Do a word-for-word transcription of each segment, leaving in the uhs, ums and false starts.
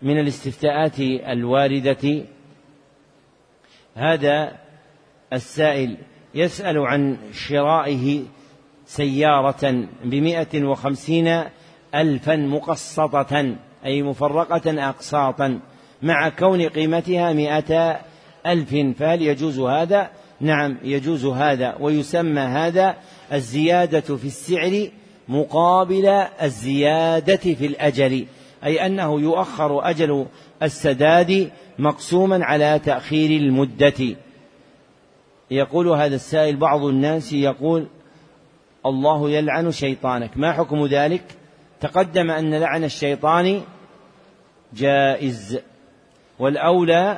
من الاستفتاءات الواردة. هذا السائل يسأل عن شرائه سيارة بمئة وخمسين ألفا مقسطة، أي مفرقة أقساطا، مع كون قيمتها مئة ألف، فهل يجوز هذا؟ نعم يجوز هذا، ويسمى هذا الزيادة في السعر مقابل الزيادة في الأجل، أي أنه يؤخر أجل السداد مقسوما على تأخير المدة. يقول هذا السائل: بعض الناس يقول الله يلعن شيطانك، ما حكم ذلك؟ تقدم أن لعن الشيطان جائز، والأولى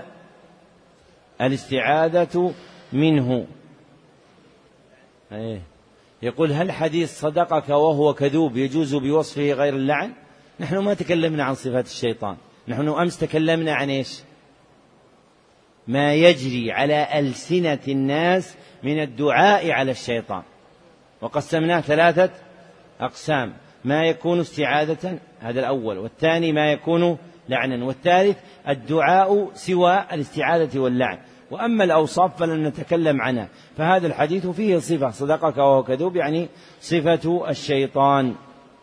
الاستعاذة منه. يقول: هل حديث صدقك وهو كذوب يجوز بوصفه غير اللعن؟ نحن ما تكلمنا عن صفات الشيطان، نحن أمس تكلمنا عن إيش؟ ما يجري على ألسنة الناس من الدعاء على الشيطان، وقسمناه ثلاثة أقسام: ما يكون استعاذة، هذا الأول، والثاني ما يكون لعنا، والثالث الدعاء سوى الاستعاذة واللعن. وأما الأوصاف فلن نتكلم عنها، فهذا الحديث فيه صفة صدقك وهو كذوب، يعني صفة الشيطان.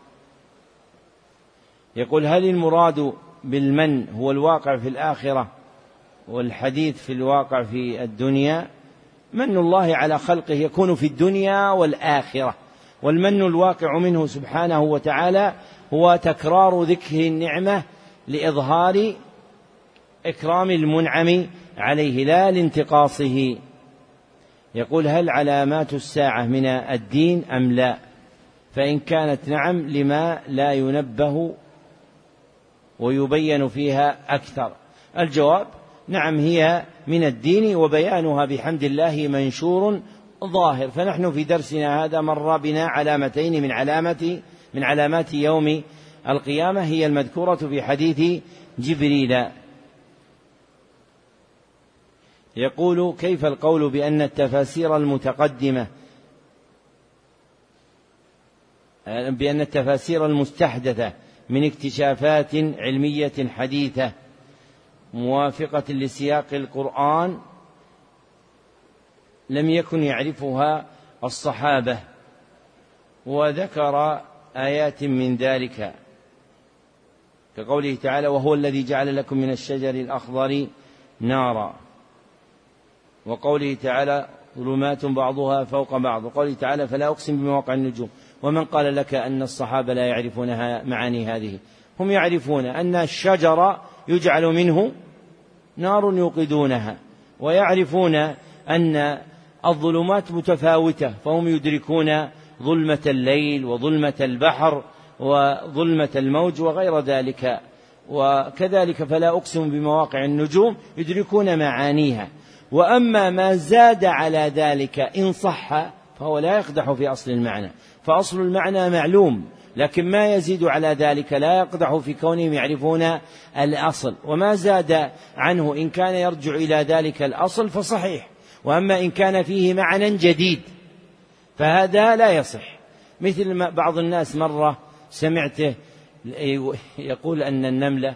يقول: هل المراد بالمن هو الواقع في الآخرة والحديث في الواقع في الدنيا؟ من الله على خلقه يكون في الدنيا والآخرة، والمن الواقع منه سبحانه وتعالى هو تكرار ذكر النعمة لإظهار إكرام المنعم عليه لا لانتقاصه. يقول: هل علامات الساعة من الدين أم لا؟ فإن كانت نعم لما لا ينبه ويبين فيها أكثر؟ الجواب: نعم هي من الدين، وبيانها بحمد الله منشور ظاهر. فنحن في درسنا هذا مر بنا علامتين من علامة من علامات يوم القيامة، هي المذكورة في حديث جبريل. يقول: كيف القول بأن التفاسير المتقدمة بأن التفاسير المستحدثة من اكتشافات علمية حديثة موافقة لسياق القرآن لم يكن يعرفها الصحابة؟ وذكر آيات من ذلك كقوله تعالى: وهو الذي جعل لكم من الشجر الأخضر نارا، وقوله تعالى: ظلمات بعضها فوق بعض، وقوله تعالى: فلا أقسم بمواقع النجوم. ومن قال لك أن الصحابة لا يعرفونها معاني هذه؟ هم يعرفون أن الشجر يجعل منه نار يوقدونها، ويعرفون أن الظلمات متفاوتة، فهم يدركون ظلمة الليل وظلمة البحر وظلمة الموج وغير ذلك. وكذلك فلا أقسم بمواقع النجوم يدركون معانيها. وأما ما زاد على ذلك إن صح فهو لا يقدح في أصل المعنى، فأصل المعنى معلوم، لكن ما يزيد على ذلك لا يقدح في كونهم يعرفون الأصل. وما زاد عنه إن كان يرجع إلى ذلك الأصل فصحيح، وأما إن كان فيه معنى جديد فهذا لا يصح. مثل بعض الناس مرة سمعته يقول أن النملة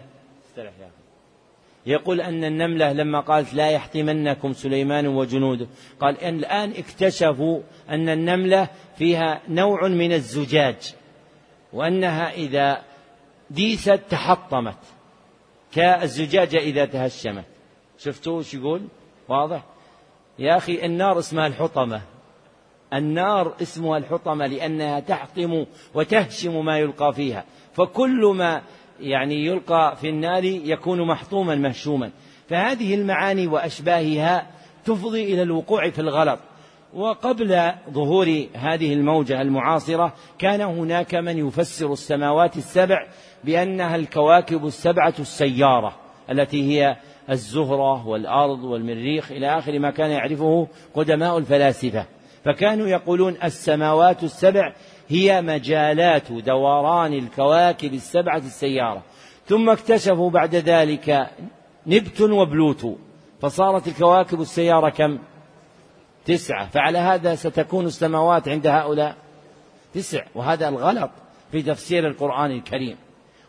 يقول أن النملة لما قالت لا يحطمنكم سليمان وجنوده، قال إن الآن اكتشفوا أن النملة فيها نوع من الزجاج، وأنها إذا ديست تحطمت كالزجاجة إذا تهشمت. شفتوا وش يقول؟ واضح يا أخي؟ النار اسمها الحطمة، النار اسمها الحطمة لأنها تحطم وتهشم ما يلقى فيها، فكل ما يعني يلقى في النار يكون محطوما مهشوما. فهذه المعاني وأشباهها تفضي إلى الوقوع في الغلط. وقبل ظهور هذه الموجة المعاصرة كان هناك من يفسر السماوات السبع بأنها الكواكب السبعة السيارة التي هي الزهرة والأرض والمريخ إلى آخر ما كان يعرفه قدماء الفلاسفة. فكانوا يقولون السماوات السبع هي مجالات دوران الكواكب السبعة السيارة. ثم اكتشفوا بعد ذلك نبتون وبلوتو، فصارت الكواكب السيارة كم؟ تسعة. فعلى هذا ستكون السماوات عند هؤلاء تسع، وهذا الغلط في تفسير القرآن الكريم.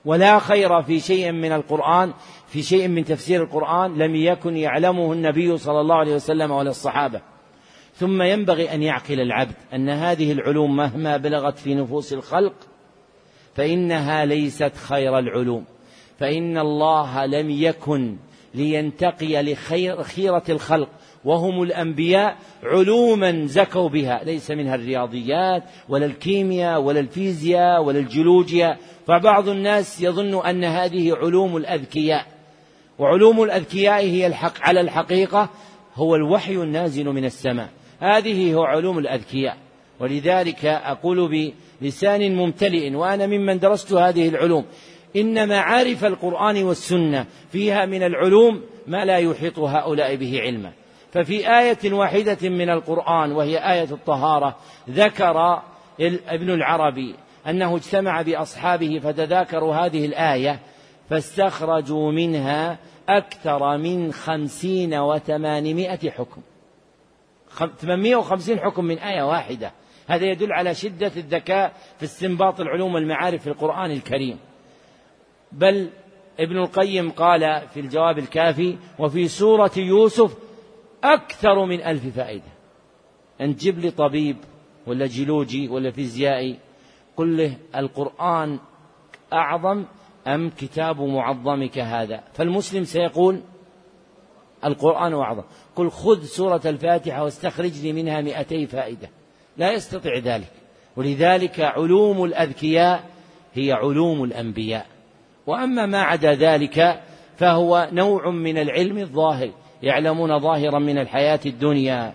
ولا خير في شيء من القرآن في شيء من تفسير القرآن لم يكن يعلمه النبي صلى الله عليه وسلم ولا الصحابة. ثم ينبغي أن يعقل العبد أن هذه العلوم مهما بلغت في نفوس الخلق فإنها ليست خير العلوم، فإن الله لم يكن لينتقي لخير خيرة الخلق وهم الأنبياء علوما زكوا بها، ليس منها الرياضيات ولا الكيمياء ولا الفيزياء ولا الجيولوجيا. فبعض الناس يظن أن هذه علوم الأذكياء، وعلوم الأذكياء هي الحق على الحقيقة هو الوحي النازل من السماء، هذه هو علوم الأذكياء. ولذلك أقول بلسان ممتلئ وأنا ممن درست هذه العلوم إن معارف القرآن والسنة فيها من العلوم ما لا يحيط هؤلاء به علما. ففي آية واحدة من القرآن وهي آية الطهارة ذكر ابن العربي أنه اجتمع بأصحابه فتذاكروا هذه الآية فاستخرجوا منها أكثر من خمسين وثمانمائة حكم، ثمانمائة وخمسين حكم من آية واحدة. هذا يدل على شدة الذكاء في استنباط العلوم والمعارف في القرآن الكريم. بل ابن القيم قال في الجواب الكافي وفي سورة يوسف أكثر من ألف فائدة. أن تجيب لي طبيب ولا جيولوجي ولا فيزيائي قل له القرآن أعظم أم كتاب معظمك هذا، فالمسلم سيقول القرآن أعظم. قل خذ سورة الفاتحة واستخرج لي منها مئتي فائدة، لا يستطيع ذلك. ولذلك علوم الأذكياء هي علوم الأنبياء، وأما ما عدا ذلك فهو نوع من العلم الظاهر، يعلمون ظاهرا من الحياة الدنيا.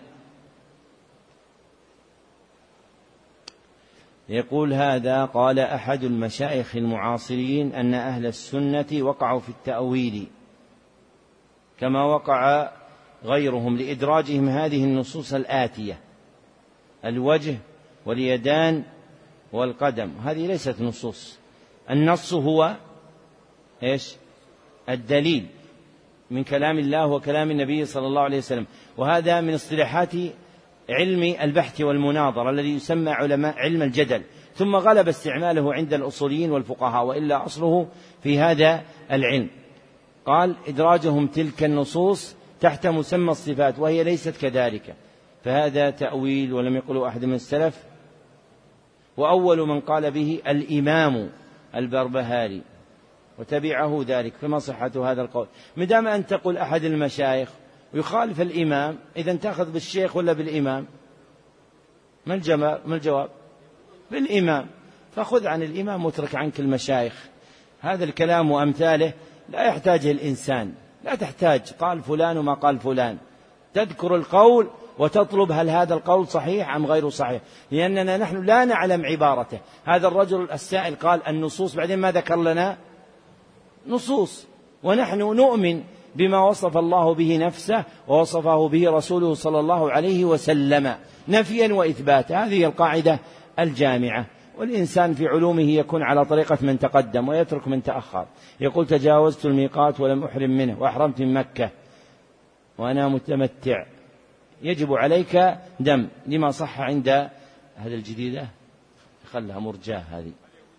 يقول هذا قال أحد المشايخ المعاصرين أن أهل السنة وقعوا في التأويل كما وقع غيرهم لإدراجهم هذه النصوص الآتية: الوجه واليدان والقدم. هذه ليست نصوص، النص هو إيش؟ الدليل من كلام الله وكلام النبي صلى الله عليه وسلم. وهذا من اصطلاحات علم البحث والمناظرة الذي يسمى علماء علم الجدل، ثم غلب استعماله عند الأصوليين والفقهاء، وإلا أصله في هذا العلم. قال إدراجهم تلك النصوص تحت مسمى الصفات وهي ليست كذلك، فهذا تأويل ولم يقله أحد من السلف. وأول من قال به الإمام البربهاري وتبعه ذلك، فما صحة هذا القول؟ مدام أن تقول أحد المشايخ ويخالف الإمام، إذن تأخذ بالشيخ ولا بالإمام؟ ما الجواب؟ بالإمام. فخذ عن الإمام واترك عنك المشايخ. هذا الكلام وأمثاله لا يحتاجه الإنسان، لا تحتاج قال فلان وما قال فلان، تذكر القول وتطلب هل هذا القول صحيح أم غير صحيح، لأننا نحن لا نعلم عبارته. هذا الرجل السائل قال النصوص، بعدين ما ذكر لنا نصوص، ونحن نؤمن بما وصف الله به نفسه ووصفه به رسوله صلى الله عليه وسلم نفيا وإثباتا. هذه القاعدة الجامعة. والإنسان في علومه يكون على طريقة من تقدم ويترك من تأخر. يقول تجاوزت الميقات ولم أحرم منه وأحرمت من مكة وأنا متمتع، يجب عليك دم لما صح عند هذا الجديدة، خلها مرجاه هذه.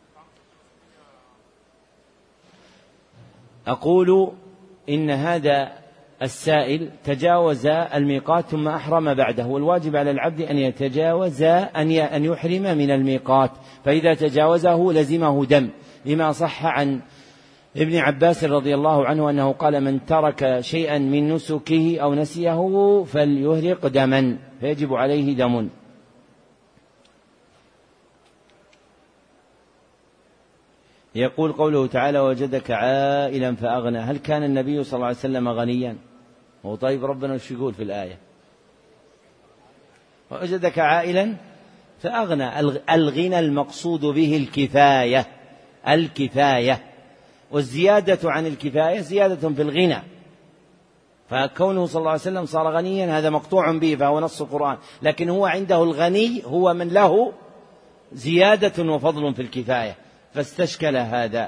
أقول إن هذا السائل تجاوز الميقات ثم أحرم بعده، والواجب على العبد أن يتجاوز أن يحرم من الميقات، فإذا تجاوزه لزمه دم لما صح عن ابن عباس رضي الله عنه أنه قال من ترك شيئا من نسكه أو نسيه فليهرق دما، فيجب عليه دم. يقول قوله تعالى وجدك عائلا فأغنى، هل كان النبي صلى الله عليه وسلم غنيا؟ هو طيب ربنا وش يقول في الآية؟ وجدك عائلا فأغنى. الغنى المقصود به الكفاية، الكفاية، والزيادة عن الكفاية زيادة في الغنى. فكونه صلى الله عليه وسلم صار غنيا هذا مقطوع به، فهو نص القرآن، لكن هو عنده الغني هو من له زيادة وفضل في الكفاية، فاستشكل هذا.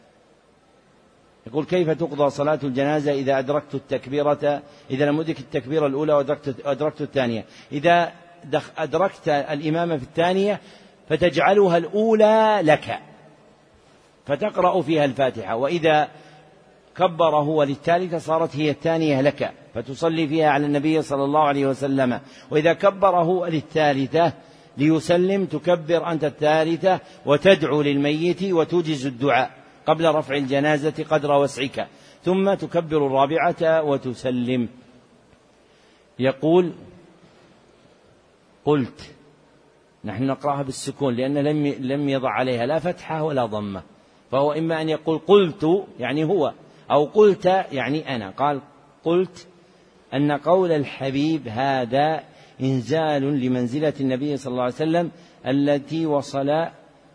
يقول كيف تقضى صلاة الجنازة إذا أدركت التكبيرة، إذا لم أدرك التكبيرة الأولى وأدركت أدركت الثانية؟ إذا أدركت الإمام في الثانية فتجعلها الأولى لك، فتقرأ فيها الفاتحة، وإذا كبر هو للثالثة صارت هي الثانية لك فتصلي فيها على النبي صلى الله عليه وسلم، وإذا كبر هو للثالثة ليسلم تكبر أنت الثالثة وتدعو للميت وتوجز الدعاء قبل رفع الجنازة قدر وسعك، ثم تكبر الرابعة وتسلم. يقول قلت، نحن نقرأها بالسكون لأن لم لم يضع عليها لا فتحة ولا ضمة، فهو إما أن يقول قلت يعني هو، أو قلت يعني أنا. قال قلت أن قول الحبيب هذا إنزال لمنزلة النبي صلى الله عليه وسلم التي وصل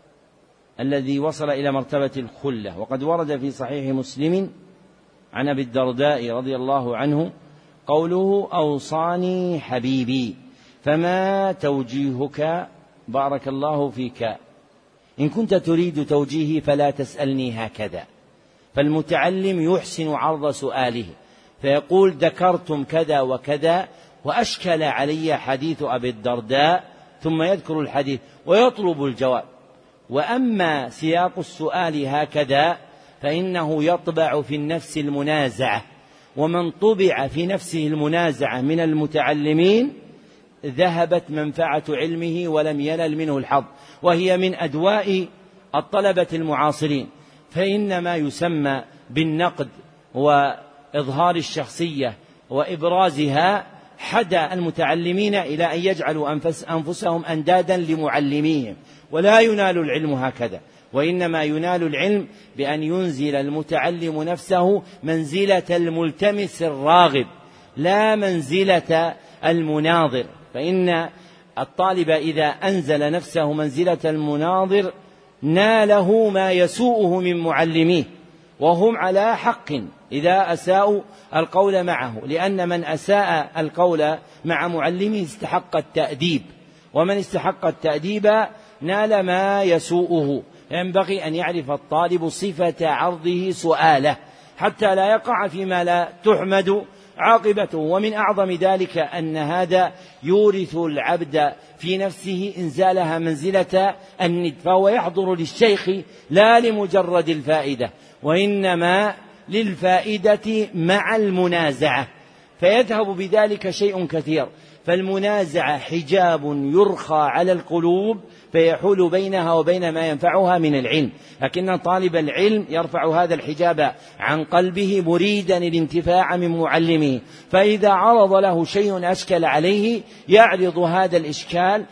الذي وصل إلى مرتبة الخلة. وقد ورد في صحيح مسلم عن أبي الدرداء رضي الله عنه قوله أوصاني حبيبي. فما توجيهك بارك الله فيك؟ إن كنت تريد توجيهي فلا تسألني هكذا. فالمتعلم يحسن عرض سؤاله فيقول ذكرتم كذا وكذا وأشكل علي حديث أبي الدرداء، ثم يذكر الحديث ويطلب الجواب. وأما سياق السؤال هكذا فإنه يطبع في النفس المنازعة، ومن طبع في نفسه المنازعة من المتعلمين ذهبت منفعة علمه ولم ينل منه الحظ، وهي من أدواء الطلبة المعاصرين. فإنما يسمى بالنقد وإظهار الشخصية وإبرازها حدا المتعلمين إلى أن يجعلوا أنفس أنفسهم أندادا لمعلميهم، ولا ينال العلم هكذا، وإنما ينال العلم بأن ينزل المتعلم نفسه منزلة الملتمس الراغب لا منزلة المناظر. فإن الطالب إذا أنزل نفسه منزلة المناظر ناله ما يسوءه من معلميه، وهم على حق إذا أساءوا القول معه، لأن من أساء القول مع معلمه استحق التأديب، ومن استحق التأديب نال ما يسوءه. ينبغي أن يعرف الطالب صفة عرضه سؤاله حتى لا يقع فيما لا تحمد عاقبته. ومن أعظم ذلك أن هذا يورث العبد في نفسه إنزالها منزلة الند، فهو يحضر للشيخ لا لمجرد الفائدة، وإنما للفائدة مع المنازعة، فيذهب بذلك شيء كثير. فالمنازعة حجاب يرخى على القلوب فيحول بينها وبين ما ينفعها من العلم، لكن طالب العلم يرفع هذا الحجاب عن قلبه مريدا الانتفاع من معلمه، فإذا عرض له شيء أشكل عليه يعرض هذا الإشكال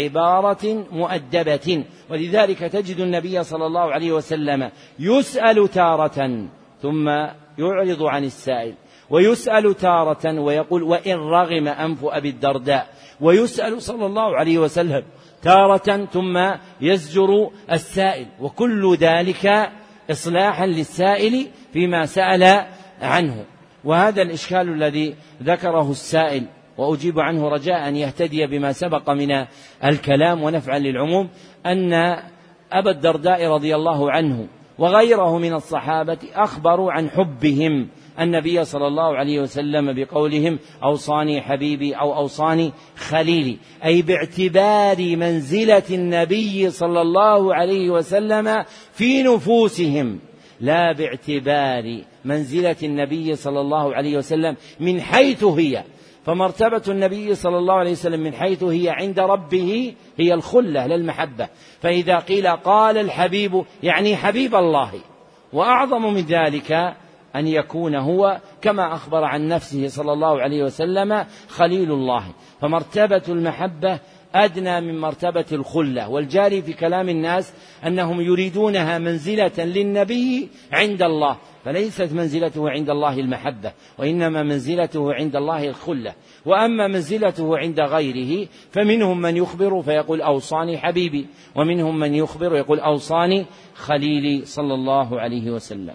بعبارة مؤدبة. ولذلك تجد النبي صلى الله عليه وسلم يسأل تارة ثم يعرض عن السائل، ويسأل تارة ويقول وإن رغم أنف أبي الدرداء، ويسأل صلى الله عليه وسلم تارة ثم يزجر السائل، وكل ذلك إصلاحا للسائل فيما سأل عنه. وهذا الإشكال الذي ذكره السائل وأجيب عنه رجاء أن يهتدي بما سبق من الكلام ونفعا للعموم، أن أبا الدرداء رضي الله عنه وغيره من الصحابة أخبروا عن حبهم النبي صلى الله عليه وسلم بقولهم أوصاني حبيبي أو أوصاني خليلي، أي باعتبار منزلة النبي صلى الله عليه وسلم في نفوسهم، لا باعتبار منزلة النبي صلى الله عليه وسلم من حيث هي. فمرتبة النبي صلى الله عليه وسلم من حيث هي عند ربه هي الخلة لا المحبة. فإذا قيل قال الحبيب يعني حبيب الله، وأعظم من ذلك أن يكون هو كما أخبر عن نفسه صلى الله عليه وسلم خليل الله. فمرتبة المحبة أدنى من مرتبة الخلة، والجاري في كلام الناس أنهم يريدونها منزلة للنبي عند الله، فليست منزلته عند الله المحبة، وإنما منزلته عند الله الخلة. وأما منزلته عند غيره فمنهم من يخبر فيقول أوصاني حبيبي، ومنهم من يخبر يقول أوصاني خليلي صلى الله عليه وسلم.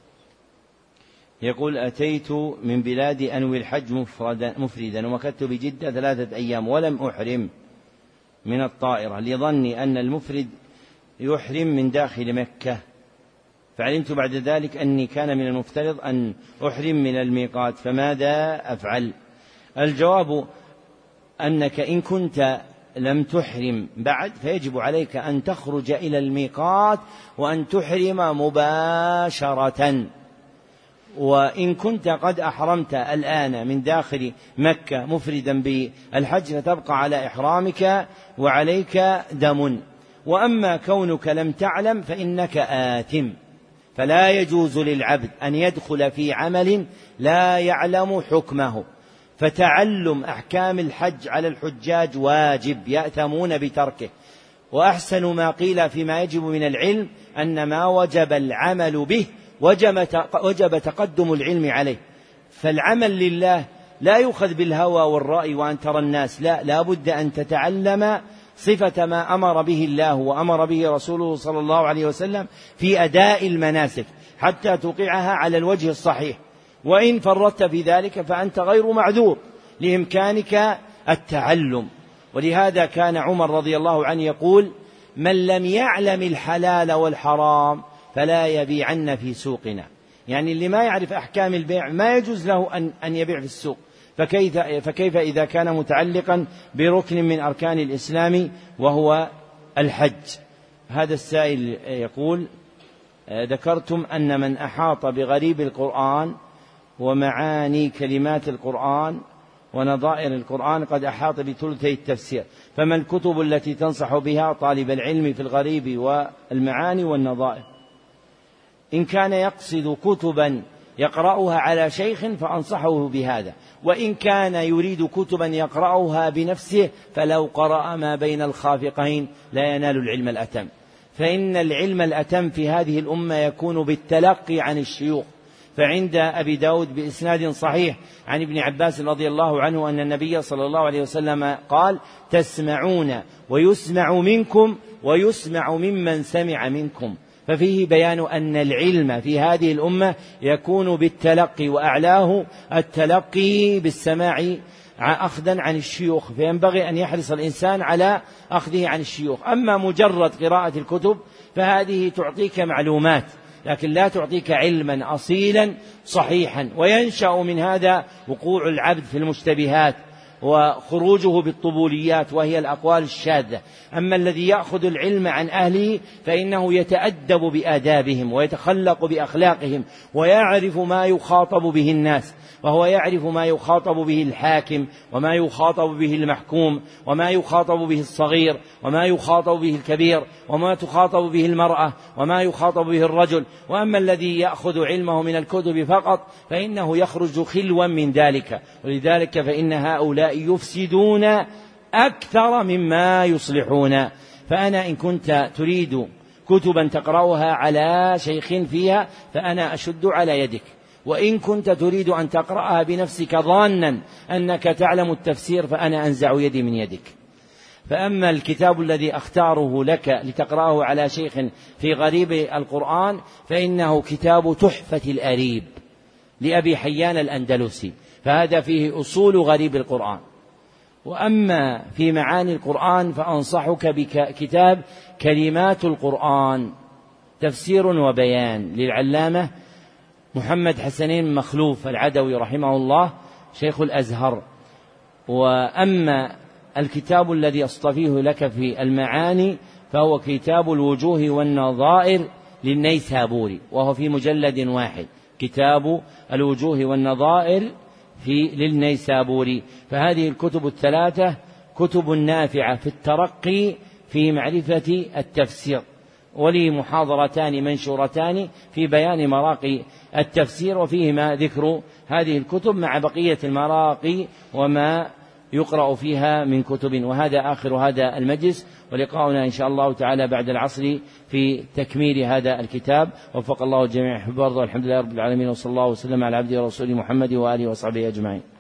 يقول أتيت من بلاد أنوي الحج مفردا, مفردا ومكثت بجدة ثلاثة أيام ولم أحرم من الطائرة لظني أن المفرد يحرم من داخل مكة، فعلمت بعد ذلك أني كان من المفترض أن أحرم من الميقات، فماذا أفعل؟ الجواب أنك إن كنت لم تحرم بعد فيجب عليك أن تخرج إلى الميقات وأن تحرم مباشرة. وإن كنت قد أحرمت الآن من داخل مكة مفردا بالحج فتبقى على إحرامك وعليك دم. وأما كونك لم تعلم فإنك آثم، فلا يجوز للعبد أن يدخل في عمل لا يعلم حكمه، فتعلم أحكام الحج على الحجاج واجب يأثمون بتركه. وأحسن ما قيل فيما يجب من العلم أن ما وجب العمل به وجب تقدم العلم عليه. فالعمل لله لا يؤخذ بالهوى والرأي وأن ترى الناس، لا لا بد أن تتعلم صفة ما أمر به الله وأمر به رسوله صلى الله عليه وسلم في أداء المناسك حتى توقعها على الوجه الصحيح. وإن فرطت في ذلك فأنت غير معذور لإمكانك التعلم. ولهذا كان عمر رضي الله عنه يقول: من لم يعلم الحلال والحرام فلا يبيعن في سوقنا. يعني اللي ما يعرف أحكام البيع ما يجوز له أن, أن يبيع في السوق، فكيف, فكيف إذا كان متعلقا بركن من أركان الإسلام وهو الحج. هذا السائل يقول: ذكرتم أن من أحاط بغريب القرآن ومعاني كلمات القرآن ونظائر القرآن قد أحاط بثلثي التفسير، فما الكتب التي تنصح بها طالب العلم في الغريب والمعاني والنظائر؟ إن كان يقصد كتبا يقرأها على شيخ فأنصحه بهذا، وإن كان يريد كتبا يقرأها بنفسه فلو قرأ ما بين الخافقين لا ينال العلم الأتم. فإن العلم الأتم في هذه الأمة يكون بالتلقي عن الشيوخ. فعند أبي داود بإسناد صحيح عن ابن عباس رضي الله عنه أن النبي صلى الله عليه وسلم قال: تسمعون ويسمع منكم ويسمع ممن سمع منكم. ففيه بيان أن العلم في هذه الأمة يكون بالتلقي، وأعلاه التلقي بالسماع أخذا عن الشيوخ، فينبغي أن يحرص الإنسان على أخذه عن الشيوخ. أما مجرد قراءة الكتب فهذه تعطيك معلومات لكن لا تعطيك علما أصيلا صحيحا، وينشأ من هذا وقوع العبد في المشتبهات وخروجه بالطبوليات وهي الأقوال الشاذة. أما الذي يأخذ العلم عن أهله فإنه يتأدب بآدابهم ويتخلق بأخلاقهم ويعرف ما يخاطب به الناس، وهو يعرف ما يخاطب به الحاكم وما يخاطب به المحكوم وما يخاطب به الصغير وما يخاطب به الكبير وما تخاطب به المرأة وما يخاطب به الرجل. وأما الذي يأخذ علمه من الكتب فقط فإنه يخرج خلوا من ذلك، ولذلك فإن هؤلاء يفسدون أكثر مما يصلحون. فأنا إن كنت تريد كتبا تقرأها على شيخ فيها فأنا أشد على يدك، وإن كنت تريد أن تقرأها بنفسك ظانا أنك تعلم التفسير فأنا أنزع يدي من يدك. فأما الكتاب الذي أختاره لك لتقرأه على شيخ في غريب القرآن فإنه كتاب تحفة الأريب لأبي حيان الأندلسي، فهذا فيه أصول غريب القرآن. وأما في معاني القرآن فأنصحك بكتاب كلمات القرآن تفسير وبيان للعلامة محمد حسنين مخلوف العدوي رحمه الله شيخ الأزهر. وأما الكتاب الذي أصطفيه لك في المعاني فهو كتاب الوجوه والنظائر للنيسابوري، وهو في مجلد واحد، كتاب الوجوه والنظائر في للنيسابوري. فهذه الكتب الثلاثة كتب نافعة في الترقي في معرفة التفسير، ولي محاضرتان منشورتان في بيان مراقي التفسير، وفيهما ذكر هذه الكتب مع بقية المراقي وما يقرأ فيها من كتب. وهذا آخر هذا المجلس، ولقاؤنا إن شاء الله تعالى بعد العصر في تكميل هذا الكتاب. وفق الله الجميع حفظه، والحمد لله رب العالمين، وصلى الله وسلم على عبده ورسوله محمد وآله وصحبه أجمعين.